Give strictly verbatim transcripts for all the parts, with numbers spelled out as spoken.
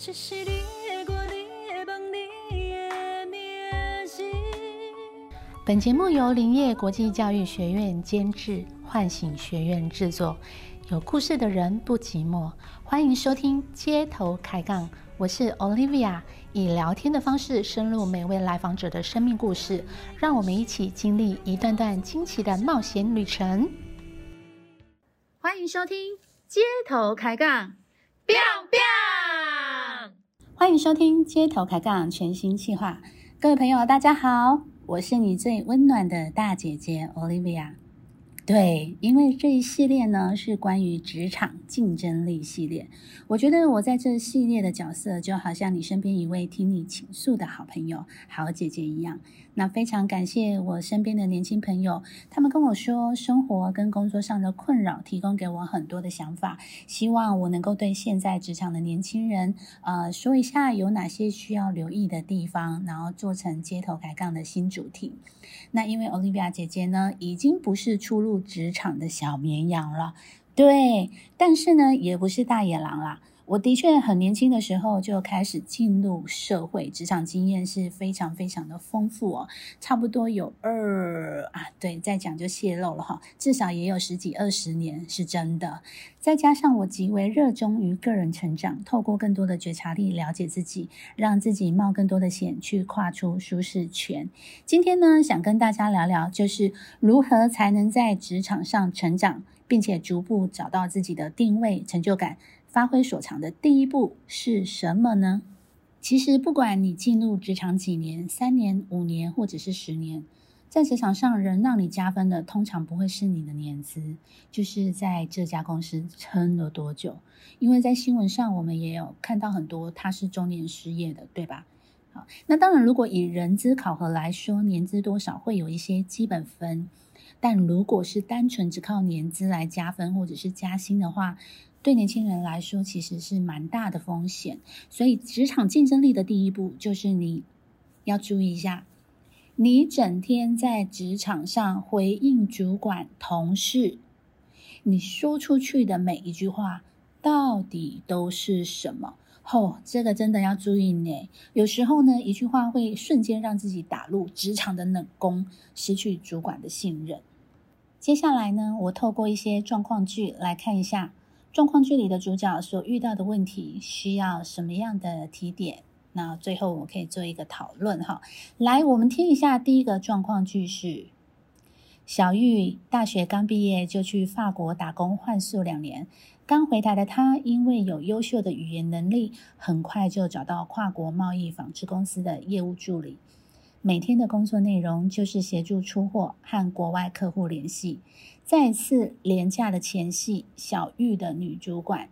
这是你的歌，你的梦，你的名字。本节目由林业国际教育学院监制，唤醒学院制作。有故事的人不寂寞，欢迎收听街头开杠。我是 Olivia， 以聊天的方式深入每位来访者的生命故事，让我们一起经历一段段惊奇的冒险旅程。欢迎收听街头开杠 biang biang， 欢迎收听街头开杠全新企划。各位朋友大家好，我是你最温暖的大姐姐 Olivia。对，因为这一系列呢是关于职场竞争力系列，我觉得我在这系列的角色就好像你身边一位听你倾诉的好朋友、好姐姐一样。那非常感谢我身边的年轻朋友，他们跟我说生活跟工作上的困扰，提供给我很多的想法，希望我能够对现在职场的年轻人呃说一下有哪些需要留意的地方，然后做成街头开杠的新主题。那因为 Olivia 姐姐呢已经不是初入职场的小绵羊了，对，但是呢也不是大野狼啦。我的确很年轻的时候就开始进入社会，职场经验是非常非常的丰富哦，差不多有二啊，对，再讲就泄露了哈，至少也有十几二十年是真的。再加上我极为热衷于个人成长，透过更多的觉察力了解自己，让自己冒更多的险去跨出舒适圈。今天呢，想跟大家聊聊，就是如何才能在职场上成长，并且逐步找到自己的定位、成就感。发挥所长的第一步是什么呢？其实不管你进入职场几年，三年、五年或者是十年，在职场上人让你加分的通常不会是你的年资，就是在这家公司撑了多久。因为在新闻上我们也有看到很多他是中年失业的，对吧？好，那当然如果以人资考核来说，年资多少会有一些基本分，但如果是单纯只靠年资来加分或者是加薪的话，对年轻人来说其实是蛮大的风险。所以职场竞争力的第一步就是你要注意一下，你整天在职场上回应主管、同事，你说出去的每一句话到底都是什么？哦，这个真的要注意呢。有时候呢，一句话会瞬间让自己打入职场的冷宫，失去主管的信任。接下来呢，我透过一些状况剧来看一下状况剧里的主角所遇到的问题需要什么样的提点，那最后我可以做一个讨论哈。来，我们听一下第一个状况句是：小玉大学刚毕业就去法国打工换宿两年，刚回台的她因为有优秀的语言能力，很快就找到跨国贸易纺织公司的业务助理。每天的工作内容就是协助出货和国外客户联系。再次连假的前夕，小玉的女主管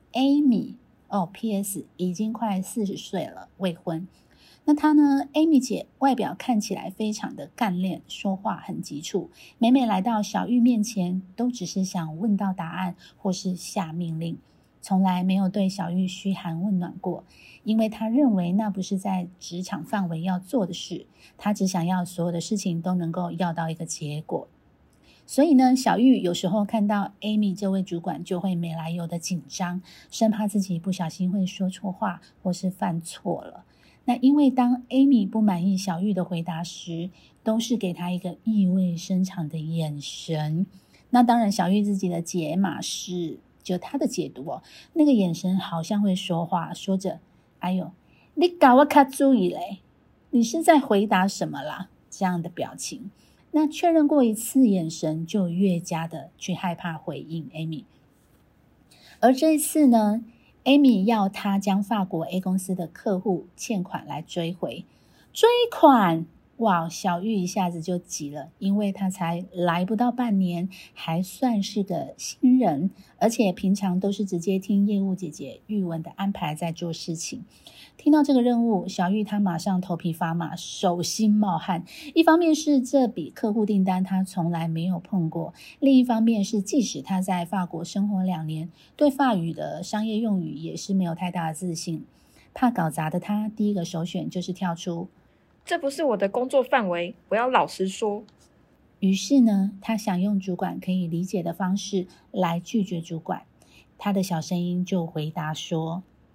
Amy 哦 P S 已经快四十岁了，未婚。那她呢 Amy 姐外表看起来非常的干练，说话很急促，每每来到小玉面前都只是想问到答案或是下命令，从来没有对小玉嘘寒问暖过，因为她认为那不是在职场范围要做的事，她只想要所有的事情都能够要到一个结果。所以呢，小玉有时候看到 Amy 这位主管就会没来由的紧张，生怕自己不小心会说错话或是犯错了。那因为当 Amy 不满意小玉的回答时，都是给她一个意味深长的眼神。那当然小玉自己的解码是就她的解读哦，那个眼神好像会说话，说着哎呦你搞我卡注意嘞，你是在回答什么啦，这样的表情。那确认过一次眼神，就越加的去害怕回应 Amy。而这一次呢 ，Amy 要他将法国 A 公司的客户欠款来追回。追款！哇，小玉一下子就急了，因为他才来不到半年，还算是个新人，而且平常都是直接听业务姐姐玉文的安排在做事情。听到这个任务，小玉她马上头皮发麻，手心冒汗。一方面是这笔客户订单她从来没有碰过，另一方面是即使她在法国生活两年，对法语的商业用语也是没有太大的自信。怕搞砸的她，第一个首选就是跳出这不是我的工作范围，我要老实说。 于是呢，他想用主管可以理解的方式来拒绝主管。他的小声音就回答说：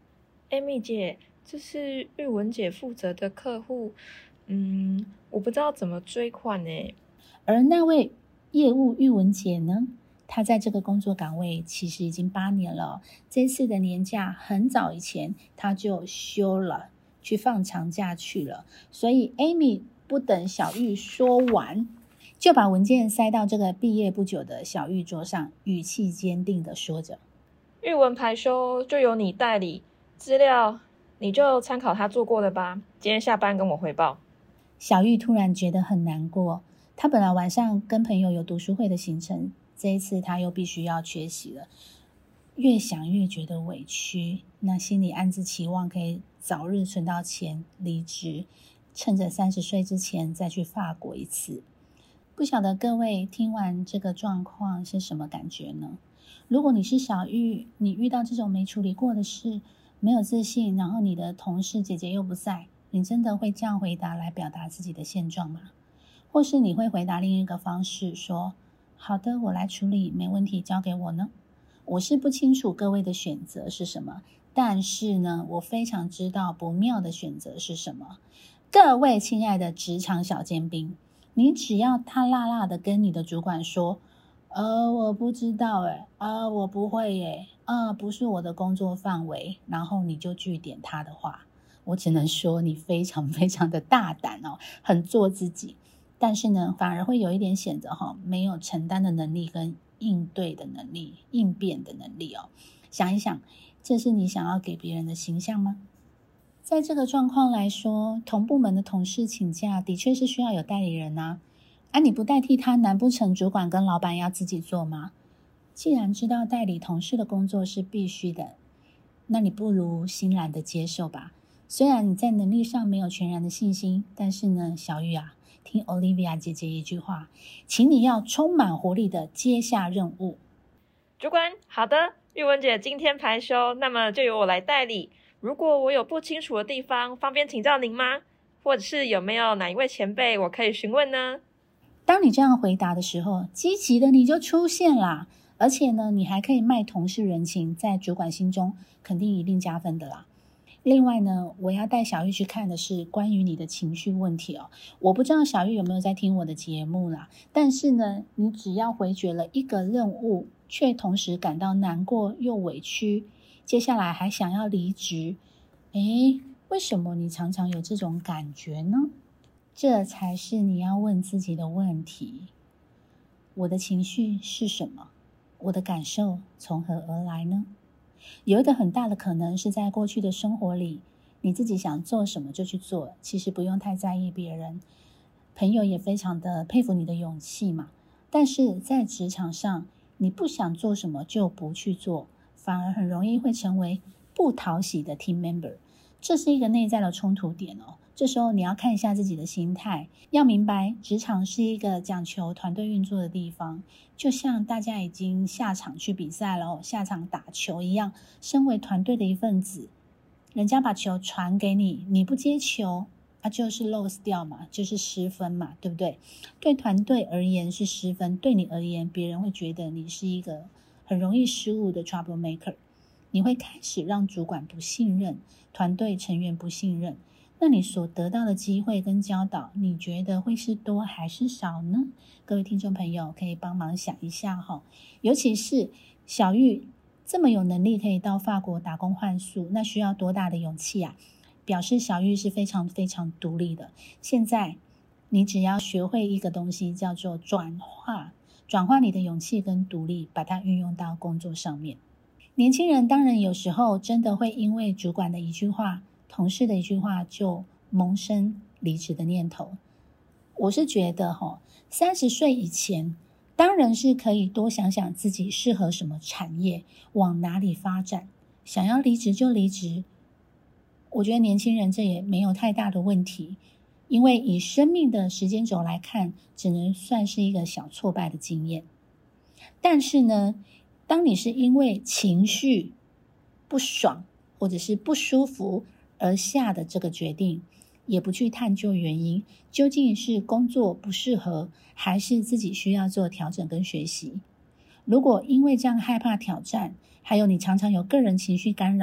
Amy 姐，这是玉文姐负责的客户，嗯，我不知道怎么追款呢。 而那位业务玉文姐呢，她在这个工作岗位其实已经八年了。这次的年假很早以前她就休了，去放长假去了。所以 Amy 不等小玉说完，就把文件塞到这个毕业不久的小玉桌上，语气坚定地说着： 玉文排休就由你代理，资料你就参考他做过的吧，今天下班跟我汇报。 小玉突然觉得很难过，她本来晚上跟朋友有读书会的行程，这一次她又必须要缺席了，越想越觉得委屈，那心里暗自期望可以早日存到钱离职，趁着三十岁之前再去法国一次。不晓得各位听完这个状况是什么感觉呢？如果你是小玉，你遇到这种没处理过的事，没有自信，然后你的同事姐姐又不在，你真的会这样回答来表达自己的现状吗？或是你会回答另一个方式说，好的，我来处理，没问题，交给我呢？我是不清楚各位的选择是什么，但是呢，我非常知道不妙的选择是什么。各位亲爱的职场小尖兵，你只要他辣辣的跟你的主管说，呃，我不知道诶，啊，我不会耶，啊，不是我的工作范围，然后你就据点他的话，我只能说你非常非常的大胆哦，很做自己，但是呢，反而会有一点显得哈、哦、没有承担的能力跟应对的能力、应变的能力哦。想一想，这是你想要给别人的形象吗？在这个状况来说，同部门的同事请假，的确是需要有代理人啊。啊，你不代替他，难不成主管跟老板要自己做吗？既然知道代理同事的工作是必须的，那你不如欣然的接受吧。虽然你在能力上没有全然的信心，但是呢，小玉啊，听 Olivia 姐姐一句话，请你要充满活力的接下任务。 主管，好的，玉文姐今天排休，那么就由我来代理。如果我有不清楚的地方，方便请教您吗？或者是有没有哪一位前辈我可以询问呢？ 当你这样回答的时候，积极的你就出现啦，而且呢，你还可以卖同事人情，在主管心中肯定一定加分的啦。另外呢，我要带小玉去看的是关于你的情绪问题哦。我不知道小玉有没有在听我的节目啦，但是呢，你只要回绝了一个任务，却同时感到难过又委屈，接下来还想要离职，诶，为什么你常常有这种感觉呢？这才是你要问自己的问题。我的情绪是什么？我的感受从何而来呢？有一个很大的可能是在过去的生活里，你自己想做什么就去做，其实不用太在意别人。朋友也非常的佩服你的勇气嘛。但是在职场上，你不想做什么就不去做，反而很容易会成为不讨喜的 team member。这是一个内在的冲突点哦。这时候你要看一下自己的心态，要明白职场是一个讲求团队运作的地方，就像大家已经下场去比赛了，下场打球一样，身为团队的一份子，人家把球传给你，你不接球，啊，就是 lose 掉嘛，就是失分嘛，对不对？对团队而言是失分，对你而言，别人会觉得你是一个很容易失误的 trouble maker， 你会开始让主管不信任，团队成员不信任。那你所得到的机会跟教导，你觉得会是多还是少呢？各位听众朋友可以帮忙想一下哈，尤其是小玉这么有能力可以到法国打工换宿，那需要多大的勇气啊？表示小玉是非常非常独立的。现在你只要学会一个东西，叫做转化，转化你的勇气跟独立，把它运用到工作上面。年轻人当然有时候真的会因为主管的一句话，同事的一句话就萌生离职的念头。我是觉得哈，三十岁以前当然是可以多想想自己适合什么产业，往哪里发展，想要离职就离职。我觉得年轻人这也没有太大的问题，因为以生命的时间轴来看，只能算是一个小挫败的经验。但是呢，当你是因为情绪不爽或者是不舒服而下的这个决定，也不去探究原因，究竟是工作不适合，还是自己需要做调整跟学习。如果因为这样害怕挑战，还有你常常有个人情绪干扰，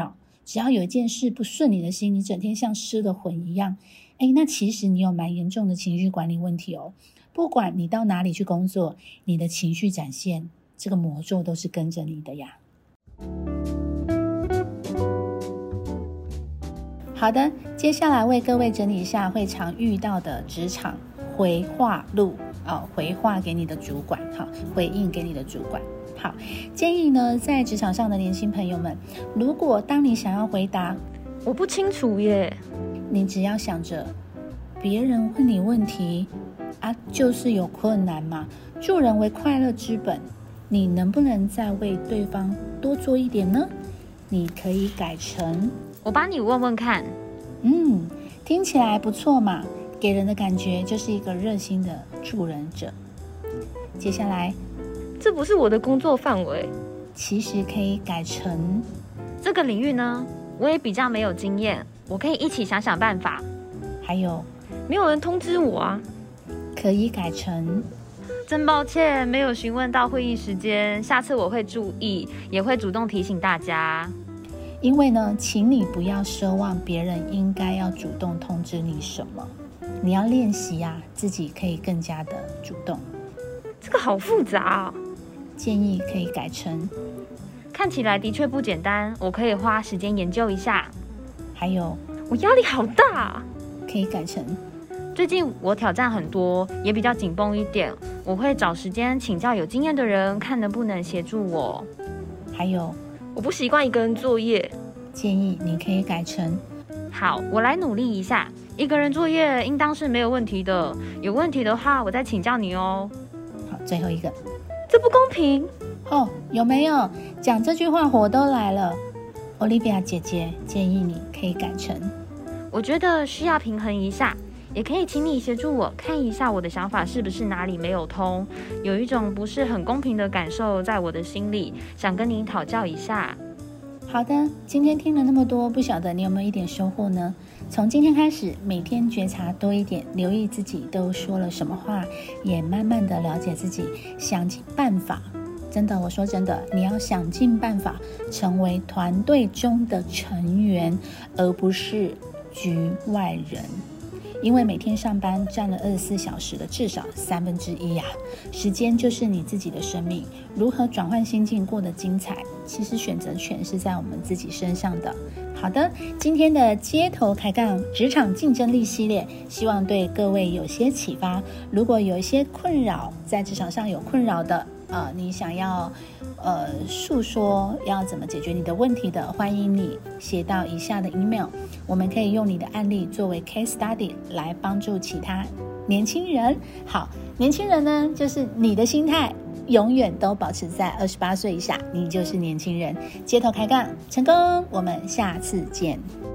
只要有一件事不顺你的心，你整天像失了魂一样，诶，那其实你有蛮严重的情绪管理问题哦。不管你到哪里去工作，你的情绪展现，这个魔咒都是跟着你的呀。好的，接下来为各位整理一下会常遇到的职场回话录、哦、回话给你的主管，好，回应给你的主管。好，建议呢，在职场上的年轻朋友们，如果当你想要回答我不清楚耶， 你只要想着别人问你问题啊，就是有困难嘛，助人为快乐之本，你能不能再为对方多做一点呢？你可以改成我帮你问问看。 嗯，听起来不错嘛，给人的感觉就是一个热心的助人者。接下来， 这不是我的工作范围， 其实可以改成这个领域呢，我也比较没有经验，我可以一起想想办法。 还有， 没有人通知我啊， 可以改成真抱歉，没有询问到会议时间，下次我会注意，也会主动提醒大家。 因为呢，请你不要奢望别人应该要主动通知你什么，你要练习啊，自己可以更加的主动。 这个好复杂哦， 建议可以改成看起来的确不简单，我可以花时间研究一下。 还有， 我压力好大， 可以改成最近我挑战很多，也比较紧绷一点，我会找时间请教有经验的人，看能不能协助我。 还有， 我不习惯一个人作业， 建议你可以改成好，我来努力一下，一个人作业应当是没有问题的，有问题的话我再请教你哦。 好，最后一个， 这不公平哦，有没有？讲这句话火都来了。Olivia 姐姐建议你可以改成我觉得需要平衡一下，也可以请你协助我看一下我的想法是不是哪里没有通，有一种不是很公平的感受在我的心里，想跟你讨教一下。 好的，今天听了那么多，不晓得你有没有一点收获呢？从今天开始，每天觉察多一点，留意自己都说了什么话，也慢慢的了解自己，想尽办法。真的，我说真的，你要想尽办法成为团队中的成员，而不是局外人。因为每天上班占了二十四小时的至少三分之一呀，时间就是你自己的生命，如何转换心境过得精彩，其实选择权是在我们自己身上的。好的，今天的街头开杠职场竞争力系列，希望对各位有些启发。如果有一些困扰，在职场上有困扰的，呃，你想要呃诉说要怎么解决你的问题的，欢迎你写到以下的 email， 我们可以用你的案例作为 case study 来帮助其他年轻人。好，年轻人呢，就是你的心态永远都保持在二十八岁以下，你就是年轻人。街头开杠成功，我们下次见。